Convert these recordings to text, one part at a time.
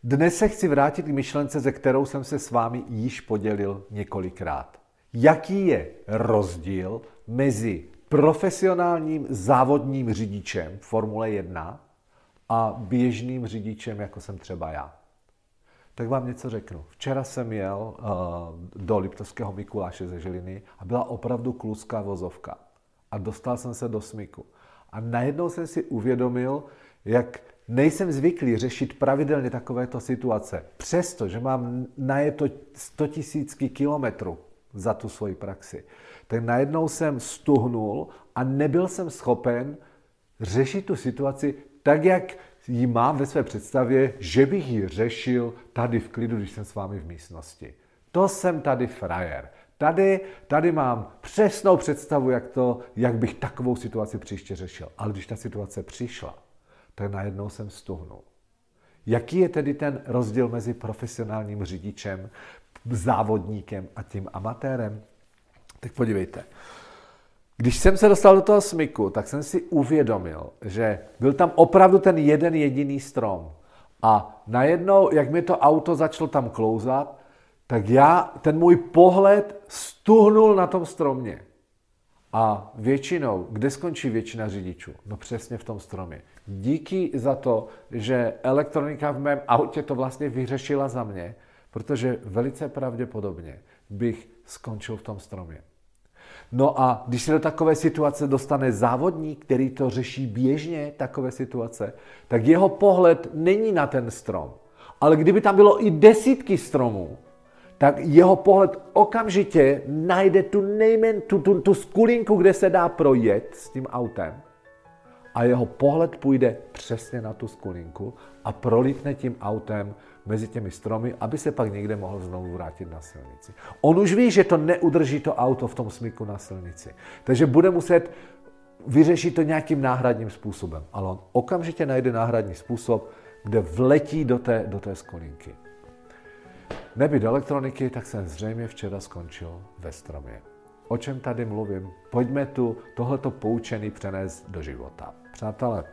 Dnes se chci vrátit k myšlence, ze kterou jsem se s vámi již podělil několikrát. Jaký je rozdíl mezi profesionálním závodním řidičem Formule 1 a běžným řidičem, jako jsem třeba já? Tak vám něco řeknu. Včera jsem jel do Liptovského Mikuláše ze Žiliny a byla opravdu kluská vozovka. A dostal jsem se do smyku. A najednou jsem si uvědomil, jak nejsem zvyklý řešit pravidelně takovéto situace. Přestože mám najeto 100 000 kilometrů za tu svoji praxi, tak najednou jsem stuhnul a nebyl jsem schopen řešit tu situaci tak, jak ji mám ve své představě, že bych ji řešil tady v klidu, když jsem s vámi v místnosti. To jsem tady frajer. Tady mám přesnou představu, jak bych takovou situaci příště řešil. Ale když ta situace přišla, tak najednou jsem stuhnul. Jaký je tedy ten rozdíl mezi profesionálním řidičem, závodníkem a tím amatérem? Tak podívejte. Když jsem se dostal do toho smyku, tak jsem si uvědomil, že byl tam opravdu ten jeden jediný strom. A najednou, jak mi to auto začalo tam klouzat, tak ten můj pohled stuhnul na tom stromě. A většinou, kde skončí většina řidičů? No přesně v tom stromě. Díky za to, že elektronika v mém autě to vlastně vyřešila za mě, protože velice pravděpodobně bych skončil v tom stromě. No a když se do takové situace dostane závodník, který to řeší běžně, takové situace, tak jeho pohled není na ten strom. Ale kdyby tam bylo i desítky stromů, tak jeho pohled okamžitě najde tu skulinku, kde se dá projet s tím autem a jeho pohled půjde přesně na tu skulinku a prolítne tím autem mezi těmi stromy, aby se pak někde mohl znovu vrátit na silnici. On už ví, že to neudrží to auto v tom smyku na silnici, takže bude muset vyřešit to nějakým náhradním způsobem, ale on okamžitě najde náhradní způsob, kde vletí do té skulinky. Nebýt elektroniky, tak jsem zřejmě včera skončil ve stromě. O čem tady mluvím? Pojďme tohleto poučení přenést do života. Přátelé,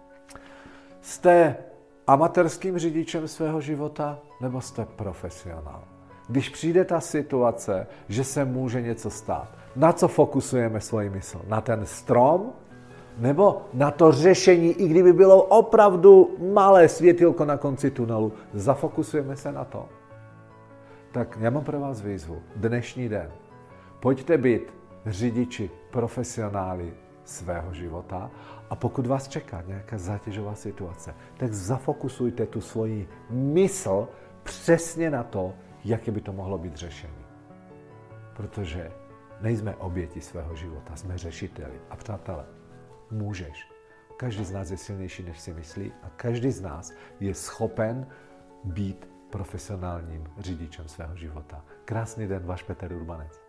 jste amatérským řidičem svého života nebo jste profesionál? Když přijde ta situace, že se může něco stát, na co fokusujeme svoji mysl? Na ten strom? Nebo na to řešení, i kdyby bylo opravdu malé světýlko na konci tunelu? Zafokusujeme se na to? Tak já mám pro vás výzvu. Dnešní den. Pojďte být řidiči, profesionály svého života a pokud vás čeká nějaká zátěžová situace, tak zafokusujte tu svoji mysl přesně na to, jaké by to mohlo být řešení. Protože nejsme oběti svého života, jsme řešiteli. A přátelé, můžeš. Každý z nás je silnější, než si myslí a každý z nás je schopen být profesionálním řidičem svého života. Krásný den, váš Petr Urbanec.